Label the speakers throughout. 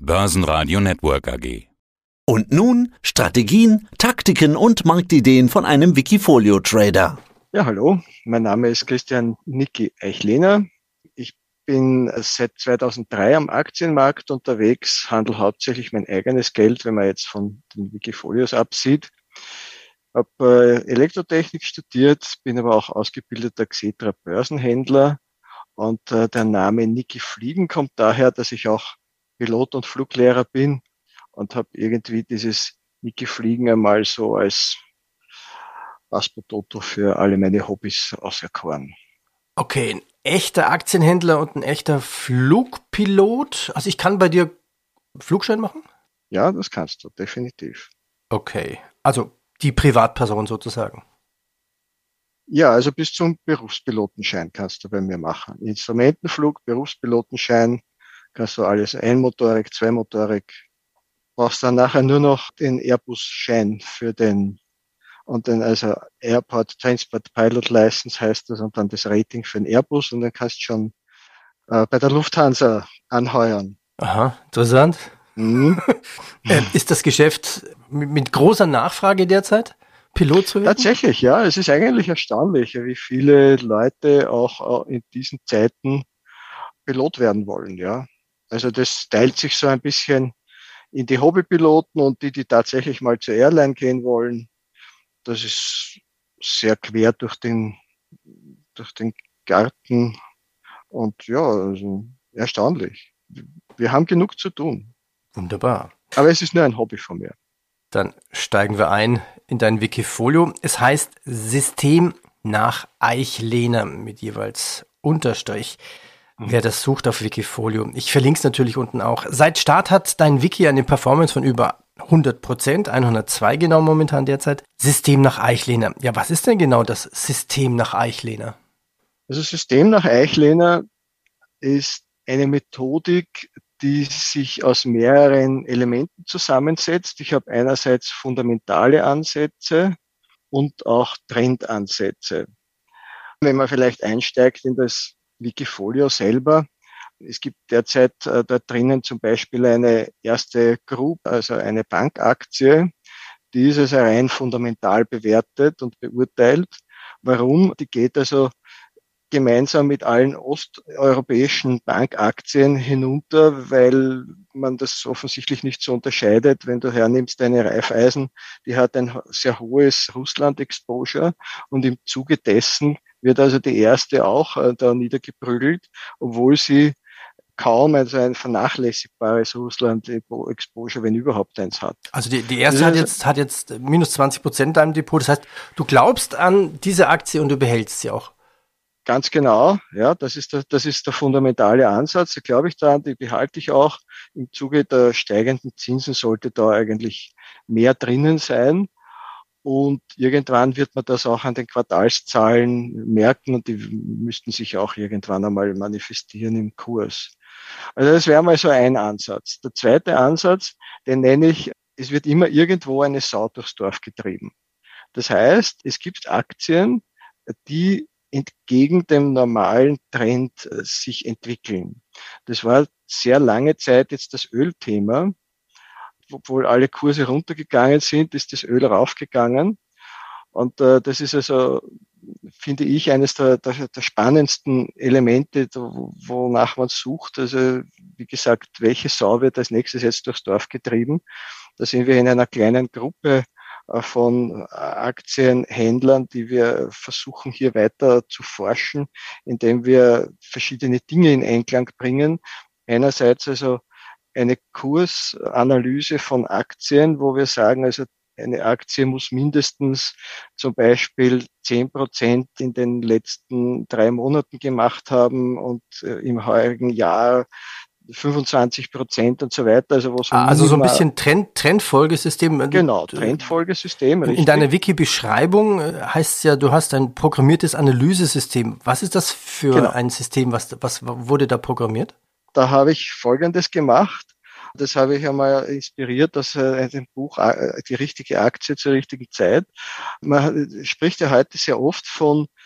Speaker 1: Börsenradio Network AG.
Speaker 2: Und nun Strategien, Taktiken und Marktideen von einem Wikifolio-Trader.
Speaker 3: Ja, hallo, mein Name ist Christian Niki Eichlehner. Ich bin seit 2003 am Aktienmarkt unterwegs, handle hauptsächlich mein eigenes Geld, wenn man jetzt von den Wikifolios absieht. Habe Elektrotechnik studiert, bin aber auch ausgebildeter Xetra Börsenhändler und der Name Niki Fliegen kommt daher, dass ich auch Pilot und Fluglehrer bin und habe irgendwie dieses Niki Fliegen einmal so als Passepartout für alle meine Hobbys auserkoren.
Speaker 4: Okay, ein echter Aktienhändler und ein echter Flugpilot. Also ich kann bei dir Flugschein machen?
Speaker 3: Ja, das kannst du, definitiv.
Speaker 4: Okay, also die Privatperson sozusagen.
Speaker 3: Ja, also bis zum Berufspilotenschein kannst du bei mir machen. Instrumentenflug, Berufspilotenschein, kannst du alles, einmotorig, zweimotorig. Brauchst dann nachher nur noch den Airbus-Schein für den, und dann also Airport Transport Pilot License heißt das, und dann das Rating für den Airbus, und dann kannst du schon bei der Lufthansa anheuern.
Speaker 4: Aha, interessant.
Speaker 3: Mhm.
Speaker 4: Ist das Geschäft mit großer Nachfrage derzeit, Pilot zu werden?
Speaker 3: Tatsächlich, ja. Es ist eigentlich erstaunlich, wie viele Leute auch in diesen Zeiten Pilot werden wollen, ja. Also das teilt sich so ein bisschen in die Hobbypiloten und die tatsächlich mal zur Airline gehen wollen. Das ist sehr quer durch den Garten und ja, also erstaunlich. Wir haben genug zu tun.
Speaker 4: Wunderbar.
Speaker 3: Aber es ist nur ein Hobby von mir.
Speaker 4: Dann steigen wir ein in dein Wikifolio. Es heißt System nach Eichlehner mit jeweils Unterstrich. Wer das sucht auf Wikifolio. Ich verlinke es natürlich unten auch. Seit Start hat dein Wiki eine Performance von über 100%, 102 genau momentan derzeit. System nach Eichlehner. Ja, was ist denn genau das System nach Eichlehner?
Speaker 3: Also System nach Eichlehner ist eine Methodik, die sich aus mehreren Elementen zusammensetzt. Ich habe einerseits fundamentale Ansätze und auch Trendansätze. Wenn man vielleicht einsteigt in das Wikifolio selber, es gibt derzeit da drinnen zum Beispiel eine erste Group, also eine Bankaktie, die ist also rein fundamental bewertet und beurteilt. Warum? Die geht also gemeinsam mit allen osteuropäischen Bankaktien hinunter, weil man das offensichtlich nicht so unterscheidet. Wenn du hernimmst, eine Raiffeisen, die hat ein sehr hohes Russland-Exposure und im Zuge dessen wird also die erste auch da niedergeprügelt, obwohl sie kaum also ein vernachlässigbares Russland-Exposure, wenn überhaupt eins hat.
Speaker 4: Also die erste hat jetzt minus 20% in deinem Depot. Das heißt, du glaubst an diese Aktie und du behältst sie auch.
Speaker 3: Ganz genau, ja, das ist der fundamentale Ansatz. Da glaube ich daran, die behalte ich auch. Im Zuge der steigenden Zinsen sollte da eigentlich mehr drinnen sein. Und irgendwann wird man das auch an den Quartalszahlen merken und die müssten sich auch irgendwann einmal manifestieren im Kurs. Also das wäre mal so ein Ansatz. Der zweite Ansatz, den nenne ich, es wird immer irgendwo eine Sau durchs Dorf getrieben. Das heißt, es gibt Aktien, die entgegen dem normalen Trend sich entwickeln. Das war sehr lange Zeit jetzt das Ölthema. Obwohl alle Kurse runtergegangen sind, ist das Öl raufgegangen. Und das ist also, finde ich, eines der spannendsten Elemente, wonach man sucht. Also wie gesagt, welche Sau wird als nächstes jetzt durchs Dorf getrieben? Da sind wir in einer kleinen Gruppe von Aktienhändlern, die wir versuchen hier weiter zu forschen, indem wir verschiedene Dinge in Einklang bringen. Einerseits also eine Kursanalyse von Aktien, wo wir sagen, also eine Aktie muss mindestens zum Beispiel 10% in den letzten 3 Monaten gemacht haben und im heurigen Jahr 25% und so weiter. Also,
Speaker 4: also so ein bisschen Trendfolgesystem.
Speaker 3: Genau, Trendfolgesystem.
Speaker 4: In deiner Wiki-Beschreibung heißt es ja, du hast ein programmiertes Analysesystem. Was ist das für ein System? Was wurde da programmiert?
Speaker 3: Da habe ich Folgendes gemacht. Das habe ich einmal inspiriert aus dem Buch Die richtige Aktie zur richtigen Zeit. Man spricht ja heute sehr oft von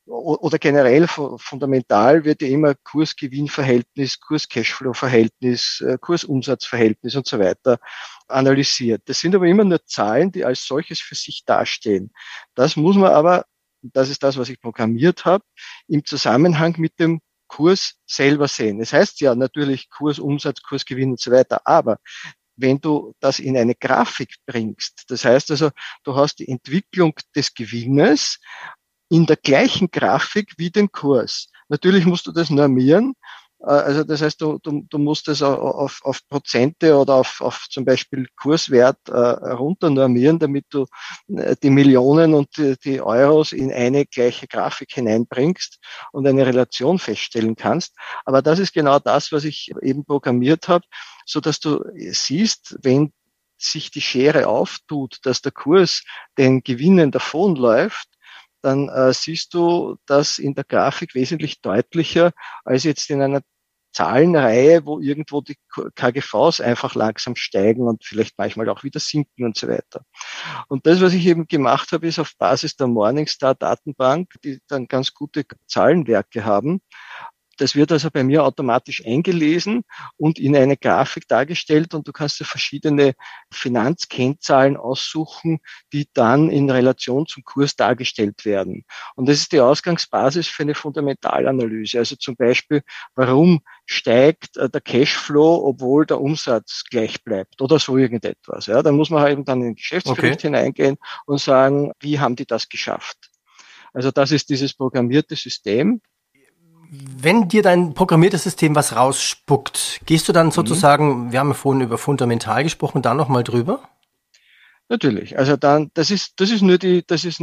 Speaker 3: oder generell fundamental wird ja immer Kurs-Gewinn-Verhältnis, Kurs-Cashflow-Verhältnis, Kursumsatzverhältnis und so weiter analysiert. Das sind aber immer nur Zahlen, die als solches für sich dastehen. Das muss man aber, das ist das, was ich programmiert habe, im Zusammenhang mit dem Kurs selber sehen. Das heißt ja natürlich Kursumsatz, Kursgewinn und so weiter, aber wenn du das in eine Grafik bringst, das heißt also, du hast die Entwicklung des Gewinnes in der gleichen Grafik wie den Kurs. Natürlich musst du das normieren. Also das heißt, du musst das auf Prozente oder auf zum Beispiel Kurswert runter normieren, damit du die Millionen und die Euros in eine gleiche Grafik hineinbringst und eine Relation feststellen kannst. Aber das ist genau das, was ich eben programmiert habe, so dass du siehst, wenn sich die Schere auftut, dass der Kurs den Gewinnen davonläuft, dann siehst du das in der Grafik wesentlich deutlicher als jetzt in einer Zahlenreihe, wo irgendwo die KGVs einfach langsam steigen und vielleicht manchmal auch wieder sinken und so weiter. Und das, was ich eben gemacht habe, ist auf Basis der Morningstar-Datenbank, die dann ganz gute Zahlenwerke haben. Das wird also bei mir automatisch eingelesen und in eine Grafik dargestellt und du kannst dir verschiedene Finanzkennzahlen aussuchen, die dann in Relation zum Kurs dargestellt werden. Und das ist die Ausgangsbasis für eine Fundamentalanalyse. Also zum Beispiel, warum steigt der Cashflow, obwohl der Umsatz gleich bleibt oder so irgendetwas. Ja, dann muss man halt eben dann in den Geschäftsbericht hineingehen und sagen, wie haben die das geschafft? Also das ist dieses programmierte System.
Speaker 4: Wenn dir dein programmiertes System was rausspuckt, gehst du dann sozusagen, wir haben ja vorhin über fundamental gesprochen, da nochmal drüber?
Speaker 3: Natürlich. Also dann, das ist nur die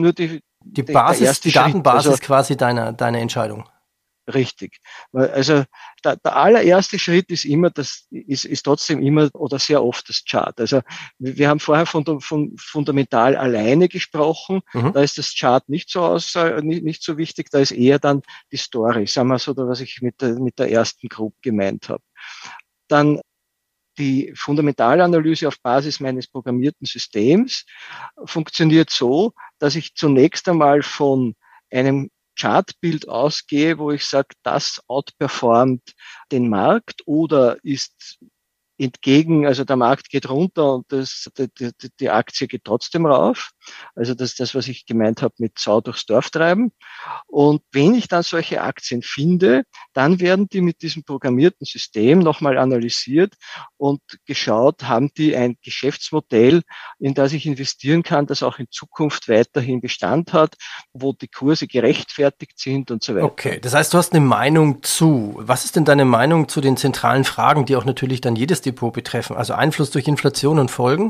Speaker 4: Basis, die Datenbasis also, quasi deiner Entscheidung.
Speaker 3: Richtig. Also der allererste Schritt ist immer, ist trotzdem immer oder sehr oft das Chart. Also wir haben vorher von fundamental alleine gesprochen. Da ist das Chart nicht so wichtig. Da ist eher dann die Story, sagen wir so, was ich mit der ersten Group gemeint habe. Dann die Fundamentalanalyse auf Basis meines programmierten Systems funktioniert so, dass ich zunächst einmal von einem Chartbild ausgehe, wo ich sage, das outperformt den Markt oder ist entgegen, also der Markt geht runter und die Aktie geht trotzdem rauf. Also das ist das, was ich gemeint habe mit Sau durchs Dorf treiben. Und wenn ich dann solche Aktien finde, dann werden die mit diesem programmierten System nochmal analysiert und geschaut, haben die ein Geschäftsmodell, in das ich investieren kann, das auch in Zukunft weiterhin Bestand hat, wo die Kurse gerechtfertigt sind und so weiter.
Speaker 4: Okay, das heißt, du hast eine Meinung zu. Was ist denn deine Meinung zu den zentralen Fragen, die auch natürlich dann jedes Depot betreffen? Also Einfluss durch Inflation und Folgen?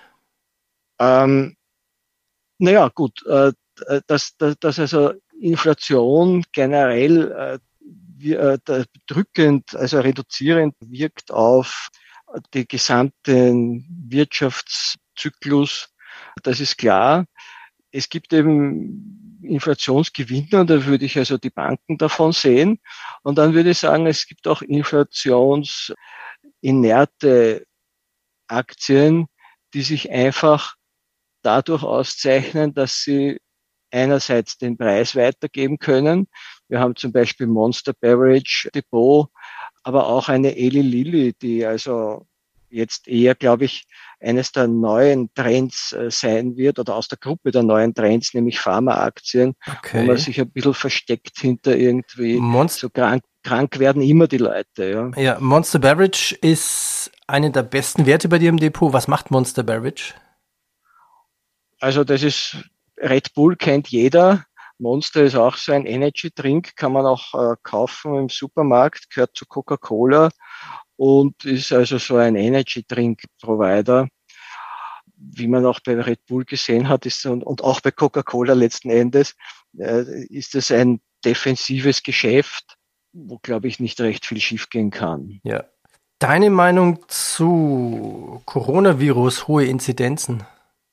Speaker 3: Naja, gut, dass also Inflation generell drückend, also reduzierend wirkt auf den gesamten Wirtschaftszyklus, das ist klar. Es gibt eben Inflationsgewinner, da würde ich also die Banken davon sehen. Und dann würde ich sagen, es gibt auch inflationsinerte Aktien, die sich einfach dadurch auszeichnen, dass sie einerseits den Preis weitergeben können. Wir haben zum Beispiel Monster Beverage Depot, aber auch eine Eli Lilly, die also jetzt eher, glaube ich, eines der neuen Trends sein wird oder aus der Gruppe der neuen Trends, nämlich Pharmaaktien, wo man sich ein bisschen versteckt hinter irgendwie so krank werden immer die Leute.
Speaker 4: Ja, Monster Beverage ist eine der besten Werte bei dir im Depot. Was macht Monster Beverage?
Speaker 3: Also das ist, Red Bull kennt jeder. Monster ist auch so ein Energy-Drink, kann man auch kaufen im Supermarkt, gehört zu Coca-Cola und ist also so ein Energy-Drink-Provider. Wie man auch bei Red Bull gesehen hat, und auch bei Coca-Cola letzten Endes, ist es ein defensives Geschäft, wo, glaube ich, nicht recht viel schiefgehen kann.
Speaker 4: Ja. Deine Meinung zu Coronavirus, hohe Inzidenzen?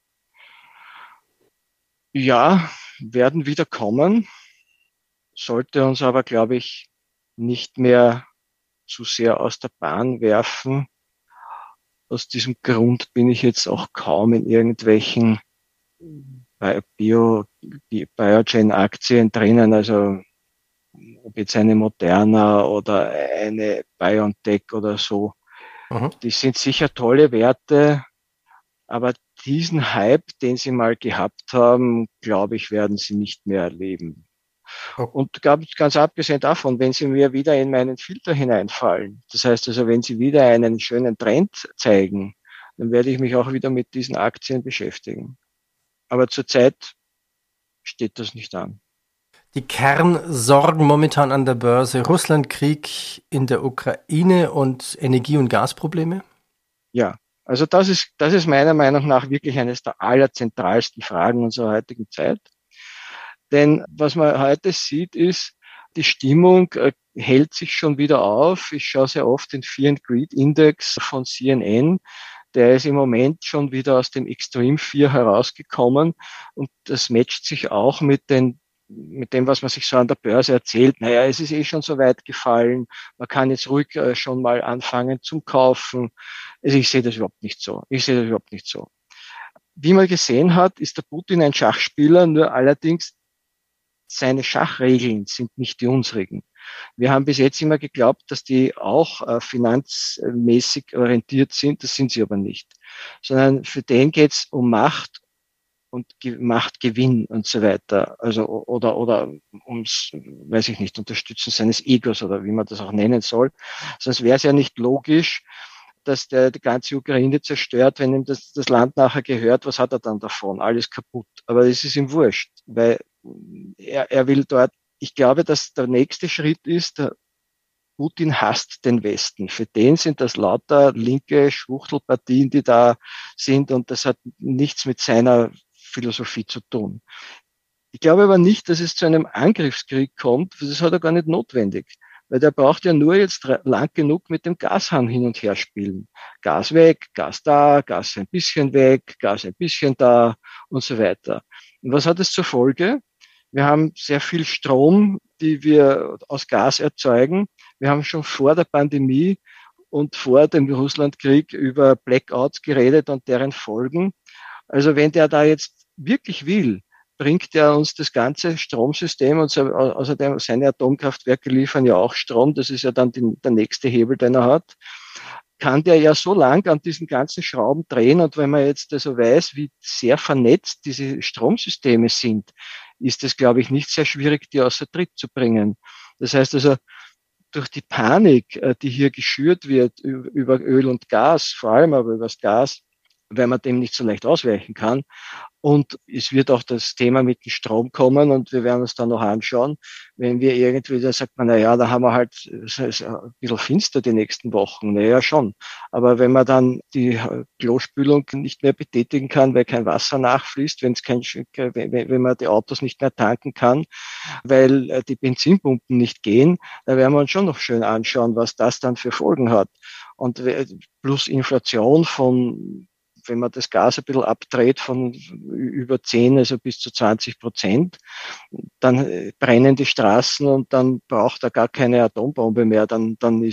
Speaker 3: Ja, werden wieder kommen, sollte uns aber, glaube ich, nicht mehr zu sehr aus der Bahn werfen. Aus diesem Grund bin ich jetzt auch kaum in irgendwelchen Biogen-Aktien drinnen, also ob jetzt eine Moderna oder eine BioNTech oder so.
Speaker 4: Mhm.
Speaker 3: Die sind sicher tolle Werte, aber diesen Hype, den sie mal gehabt haben, glaube ich, werden sie nicht mehr erleben.
Speaker 4: O-
Speaker 3: Und ganz abgesehen davon, wenn sie mir wieder in meinen Filter hineinfallen, das heißt also, wenn sie wieder einen schönen Trend zeigen, dann werde ich mich auch wieder mit diesen Aktien beschäftigen. Aber zurzeit steht das nicht an.
Speaker 4: Die Kernsorgen momentan an der Börse, Russlandkrieg in der Ukraine und Energie- und Gasprobleme?
Speaker 3: Ja, also das ist meiner Meinung nach wirklich eines der allerzentralsten Fragen unserer heutigen Zeit. Denn was man heute sieht, ist, die Stimmung hält sich schon wieder auf. Ich schaue sehr oft den Fear and Greed Index von CNN. Der ist im Moment schon wieder aus dem Extreme Fear herausgekommen und das matcht sich auch mit dem, was man sich so an der Börse erzählt. Naja, es ist eh schon so weit gefallen. Man kann jetzt ruhig schon mal anfangen zum Kaufen. Also ich sehe das überhaupt nicht so. Ich sehe das überhaupt nicht so. Wie man gesehen hat, ist der Putin ein Schachspieler, nur allerdings seine Schachregeln sind nicht die unsrigen. Wir haben bis jetzt immer geglaubt, dass die auch finanzmäßig orientiert sind. Das sind sie aber nicht. Sondern für den geht's um Macht und Machtgewinn und so weiter. Also oder ums, weiß ich nicht, Unterstützen seines Egos oder wie man das auch nennen soll. Sonst wäre es ja nicht logisch, dass der die ganze Ukraine zerstört, wenn ihm das Land nachher gehört, was hat er dann davon? Alles kaputt. Aber es ist ihm wurscht, weil er will dort, ich glaube, dass der nächste Schritt ist, der Putin hasst den Westen. Für den sind das lauter linke Schwuchtelpartien, die da sind und das hat nichts mit seiner Philosophie zu tun. Ich glaube aber nicht, dass es zu einem Angriffskrieg kommt. Das hat er gar nicht notwendig. Weil der braucht ja nur jetzt lang genug mit dem Gashahn hin und her spielen. Gas weg, Gas da, Gas ein bisschen weg, Gas ein bisschen da und so weiter. Und was hat es zur Folge? Wir haben sehr viel Strom, die wir aus Gas erzeugen. Wir haben schon vor der Pandemie und vor dem Russlandkrieg über Blackouts geredet und deren Folgen. Also wenn der da jetzt wirklich will, bringt er uns das ganze Stromsystem und außerdem seine Atomkraftwerke liefern ja auch Strom. Das ist ja dann der nächste Hebel, den er hat. Kann der ja so lang an diesen ganzen Schrauben drehen. Und wenn man jetzt also weiß, wie sehr vernetzt diese Stromsysteme sind, ist es, glaube ich, nicht sehr schwierig, die außer Tritt zu bringen. Das heißt also, durch die Panik, die hier geschürt wird über Öl und Gas, vor allem aber über das Gas, weil man dem nicht so leicht ausweichen kann. Und es wird auch das Thema mit dem Strom kommen und wir werden uns dann noch anschauen, wenn wir irgendwie, da sagt man, na ja, da haben wir halt ein bisschen finster die nächsten Wochen. Naja, schon. Aber wenn man dann die Klospülung nicht mehr betätigen kann, weil kein Wasser nachfließt, wenn man die Autos nicht mehr tanken kann, weil die Benzinpumpen nicht gehen, da werden wir uns schon noch schön anschauen, was das dann für Folgen hat. Und plus Inflation von, wenn man das Gas ein bisschen abdreht von über 10, also bis zu 20%, dann brennen die Straßen und dann braucht er gar keine Atombombe mehr. Dann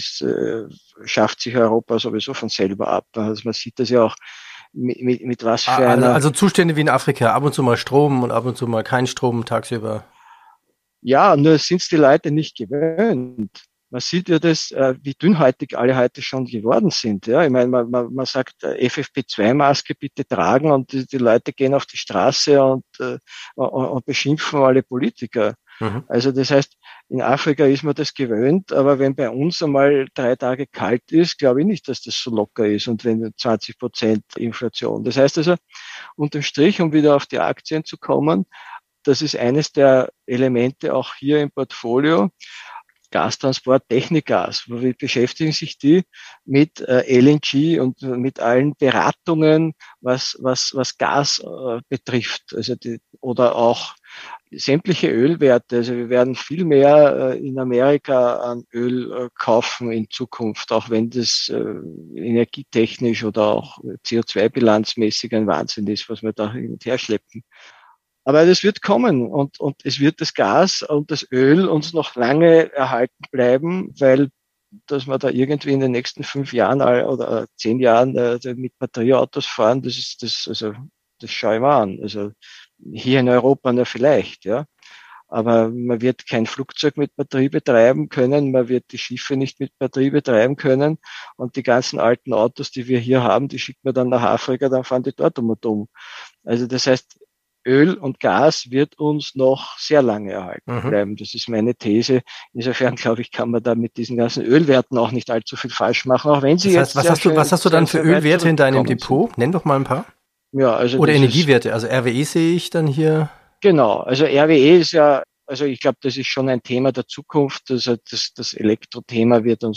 Speaker 3: schafft sich Europa sowieso von selber ab. Also man sieht das ja auch mit was für einer.
Speaker 4: Also Zustände wie in Afrika, ab und zu mal Strom und ab und zu mal kein Strom tagsüber.
Speaker 3: Ja, nur sind es die Leute nicht gewöhnt. Man sieht ja das, wie dünnhäutig alle heute schon geworden sind. Ja, ich meine, man sagt, FFP2-Maske bitte tragen und die Leute gehen auf die Straße und beschimpfen alle Politiker.
Speaker 4: Mhm.
Speaker 3: Also das heißt, in Afrika ist man das gewöhnt, aber wenn bei uns einmal 3 Tage kalt ist, glaube ich nicht, dass das so locker ist und wenn 20% Inflation. Das heißt also, unterm Strich, um wieder auf die Aktien zu kommen, das ist eines der Elemente auch hier im Portfolio. Gastransport, Technikgas. Wie beschäftigen sich die mit LNG und mit allen Beratungen, was Gas betrifft. Also oder auch sämtliche Ölwerte. Also wir werden viel mehr in Amerika an Öl kaufen in Zukunft, auch wenn das energietechnisch oder auch CO2-bilanzmäßig ein Wahnsinn ist, was wir da hin und her schleppen. Aber das wird kommen und es wird das Gas und das Öl uns noch lange erhalten bleiben, weil dass wir da irgendwie in den nächsten 5 Jahren oder 10 Jahren mit Batterieautos fahren, das schaue ich mal an. Also hier in Europa nur vielleicht, ja. Aber man wird kein Flugzeug mit Batterie betreiben können, man wird die Schiffe nicht mit Batterie betreiben können und die ganzen alten Autos, die wir hier haben, die schickt man dann nach Afrika, dann fahren die dort um und um. Also das heißt, Öl und Gas wird uns noch sehr lange erhalten bleiben. Das ist meine These. Insofern, glaube ich, kann man da mit diesen ganzen Ölwerten auch nicht allzu viel falsch machen, auch wenn sie
Speaker 4: das heißt,
Speaker 3: jetzt...
Speaker 4: was hast du dann für Ölwerte in deinem Depot? Nenn doch mal ein paar.
Speaker 3: Ja, also
Speaker 4: oder Energiewerte, also RWE sehe ich dann hier.
Speaker 3: Genau, also RWE ist ja, also ich glaube, das ist schon ein Thema der Zukunft. Also das Elektrothema werden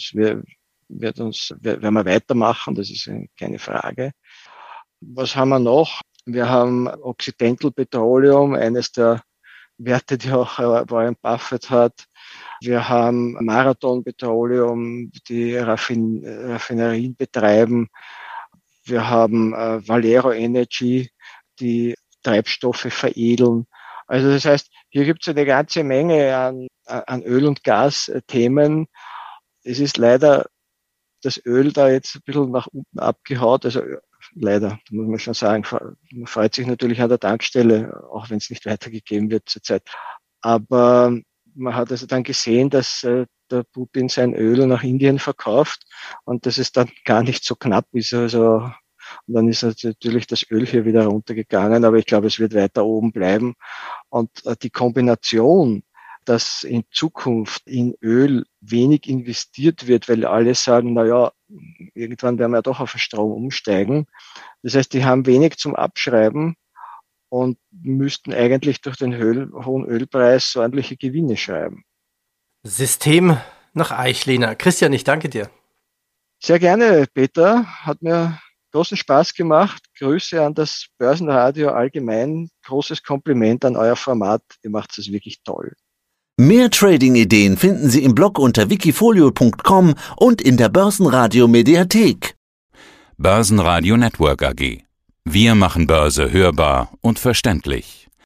Speaker 3: wir weitermachen, das ist keine Frage. Was haben wir noch? Wir haben Occidental Petroleum, eines der Werte, die auch Warren Buffett hat. Wir haben Marathon Petroleum, die Raffinerien betreiben. Wir haben Valero Energy, die Treibstoffe veredeln. Also das heißt, hier gibt es eine ganze Menge an Öl- und Gasthemen. Es ist leider das Öl da jetzt ein bisschen nach unten abgehaut. Also leider, muss man schon sagen. Man freut sich natürlich an der Tankstelle, auch wenn es nicht weitergegeben wird zurzeit. Aber man hat also dann gesehen, dass der Putin sein Öl nach Indien verkauft und dass es dann gar nicht so knapp ist. Also und dann ist natürlich das Öl hier wieder runtergegangen, aber ich glaube, es wird weiter oben bleiben. Und die Kombination, dass in Zukunft in Öl wenig investiert wird, weil alle sagen, na ja, irgendwann werden wir ja doch auf den Strom umsteigen. Das heißt, die haben wenig zum Abschreiben und müssten eigentlich durch den hohen Ölpreis so ordentliche Gewinne schreiben.
Speaker 4: System nach Eichlehner. Christian, ich danke dir.
Speaker 3: Sehr gerne, Peter. Hat mir großen Spaß gemacht. Grüße an das Börsenradio allgemein. Großes Kompliment an euer Format. Ihr macht es wirklich toll.
Speaker 2: Mehr Trading-Ideen finden Sie im Blog unter wikifolio.com und in der Börsenradio Mediathek.
Speaker 1: Börsenradio Network AG. Wir machen Börse hörbar und verständlich.